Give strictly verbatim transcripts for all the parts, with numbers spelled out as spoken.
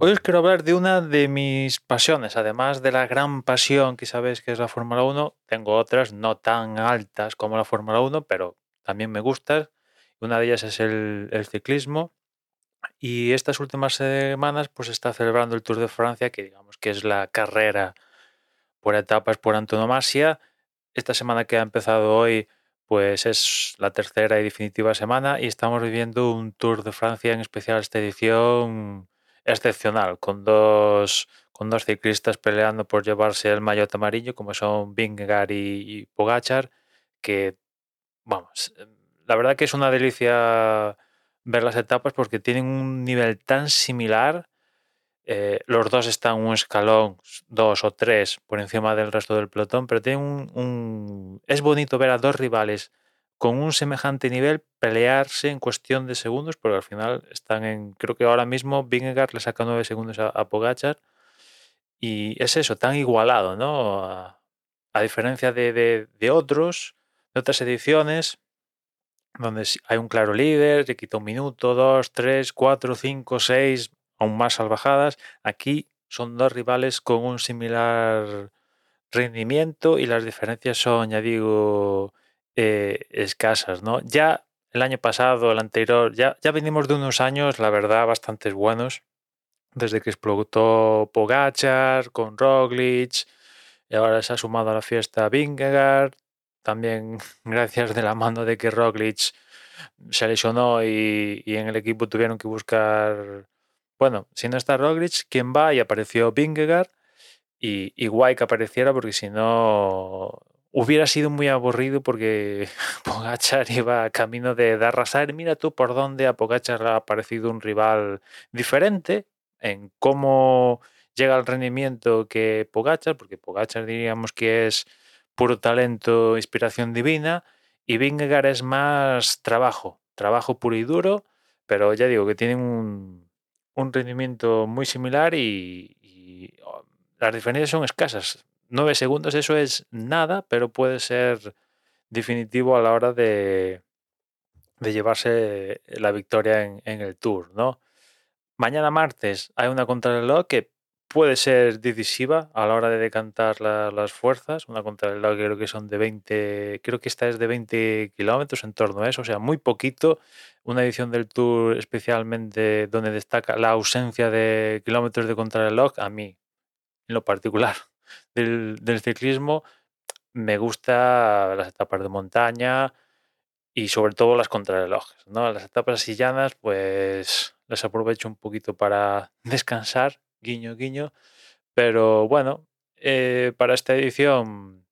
Hoy os quiero hablar de una de mis pasiones, además de la gran pasión que sabéis que es la Fórmula Uno. Tengo otras no tan altas como la Fórmula Uno, pero también me gustan. Una de ellas es el, el ciclismo y estas últimas semanas pues se está celebrando el Tour de Francia, que digamos que es la carrera por etapas por antonomasia. Esta semana que ha empezado hoy pues es la tercera y definitiva semana y estamos viviendo un Tour de Francia, en especial esta edición excepcional, con dos, con dos ciclistas peleando por llevarse el maillot amarillo, como son Vingegaard y, y Pogačar, que vamos, la verdad que es una delicia ver las etapas porque tienen un nivel tan similar. Eh, los dos están un escalón, dos o tres por encima del resto del pelotón, pero tienen un, un- es bonito ver a dos rivales con un semejante nivel pelearse en cuestión de segundos, porque al final están en, creo que ahora mismo Vingegaard le saca nueve segundos a, a Pogačar y es eso, tan igualado, ¿no? A, a diferencia de, de- de otros, de otras ediciones, donde sí hay un claro líder, que quita un minuto, dos, tres, cuatro, cinco, seis, aún más salvajadas. Aquí son dos rivales con un similar rendimiento y las diferencias son, ya digo, eh, escasas, ¿no? Ya el año pasado, el anterior, ya, ya venimos de unos años, la verdad, bastante buenos, desde que explotó Pogačar con Roglic, y ahora se ha sumado a la fiesta Vingegaard, también gracias de la mano de que Roglic se lesionó y, y en el equipo tuvieron que buscar, bueno, si no está Roglic, ¿quién va? Y apareció Vingegaard y, y guay que apareciera porque si no hubiera sido muy aburrido porque Pogačar iba camino de, de arrasar. Mira tú por dónde a Pogačar le ha aparecido un rival diferente en cómo llega al rendimiento que Pogačar, porque Pogačar diríamos que es puro talento, inspiración divina, y Vingegaard es más trabajo, trabajo puro y duro, pero ya digo que tienen un, un rendimiento muy similar y, y, oh, las diferencias son escasas. Nueve segundos, eso es nada, pero puede ser definitivo a la hora de, de llevarse la victoria en, en el Tour, ¿no? Mañana martes hay una contrarreloj que puede ser decisiva a la hora de decantar la- las fuerzas. Una contrarreloj que creo que son de veinte, creo que esta es de veinte kilómetros en torno a eso, o sea, muy poquito. Una edición del Tour especialmente donde destaca la ausencia de kilómetros de contrarreloj, a mí, en lo particular, del, del ciclismo, me gusta las etapas de montaña y sobre todo las contrarrelojes, ¿no? Las etapas así llanas, pues las aprovecho un poquito para descansar, guiño, guiño, pero bueno, eh, para esta edición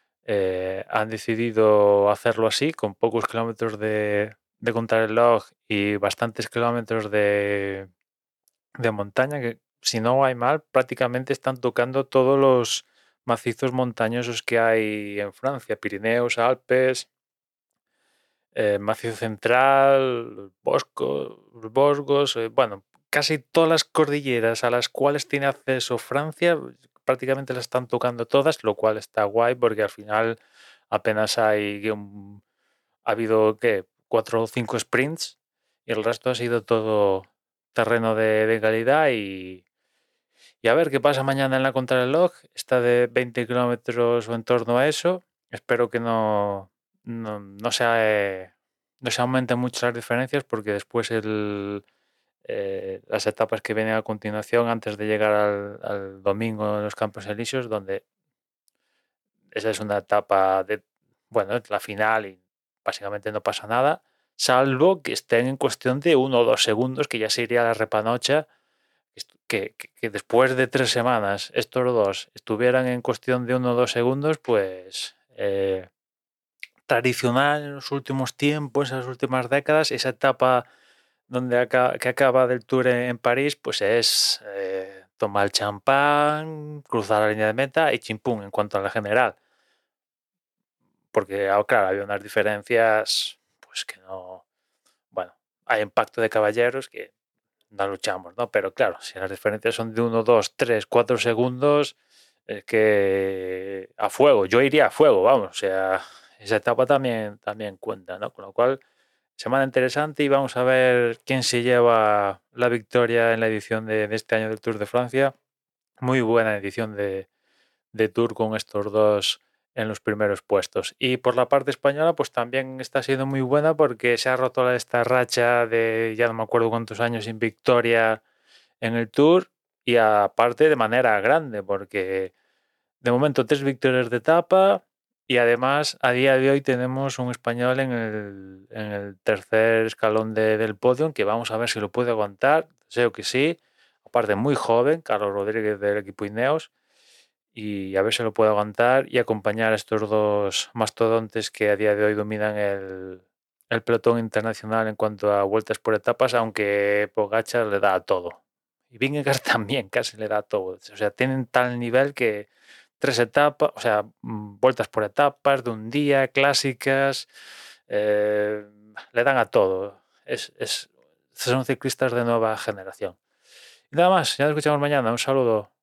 eh, han decidido hacerlo así, con pocos kilómetros de, de contrarreloj y bastantes kilómetros de, de montaña, que si no hay mal, prácticamente están tocando todos los macizos montañosos que hay en Francia, Pirineos, Alpes, eh, Macizo Central, los Boscos, los Vosgos, eh, bueno, casi todas las cordilleras a las cuales tiene acceso Francia, prácticamente las están tocando todas, lo cual está guay porque al final apenas hay un, ha habido ¿qué? Cuatro o cinco sprints y el resto ha sido todo terreno de, de calidad y, y a ver qué pasa mañana en la contrarreloj. Está de veinte kilómetros o en torno a eso. Espero que no, no, no, se, eh, no se aumenten mucho las diferencias porque después el, eh, las etapas que vienen a continuación antes de llegar al, al domingo en los Campos Elíseos, donde esa es una etapa de, bueno, es la final y básicamente no pasa nada, salvo que estén en cuestión de uno o dos segundos, que ya se iría la repanocha que, que, que, después de tres semanas estos dos estuvieran en cuestión de uno o dos segundos, pues eh, tradicional en los últimos tiempos, en las últimas décadas, esa etapa donde acá, que acaba del Tour en, en París, pues es eh, tomar el champán, cruzar la línea de meta y chimpún en cuanto a la general. Porque, claro, había unas diferencias, pues que no, bueno, hay impacto de caballeros que no luchamos, ¿no? Pero claro, si las diferencias son de uno, dos, tres, cuatro segundos, es que a fuego, yo iría a fuego, vamos, o sea, esa etapa también, también cuenta, ¿no? Con lo cual semana interesante y vamos a ver quién se lleva la victoria en la edición de, de este año del Tour de Francia. Muy buena edición de, de Tour con estos dos en los primeros puestos. Y por la parte española, pues también está siendo muy buena porque se ha roto esta racha de ya no me acuerdo cuántos años sin victoria en el Tour y aparte de manera grande porque de momento tres victorias de etapa y además a día de hoy tenemos un español en el, en el tercer escalón de, del podio que vamos a ver si lo puede aguantar. Deseo que sí. Aparte muy joven, Carlos Rodríguez del equipo Ineos y a ver si lo puede aguantar y acompañar a estos dos mastodontes que a día de hoy dominan el, el pelotón internacional en cuanto a vueltas por etapas, aunque Pogačar le da a todo. Y Vingegaard también casi le da a todo. O sea, tienen tal nivel que tres etapas, o sea, vueltas por etapas de un día, clásicas, eh, le dan a todo. Es, es, son ciclistas de nueva generación. Y nada más, ya nos escuchamos mañana. Un saludo.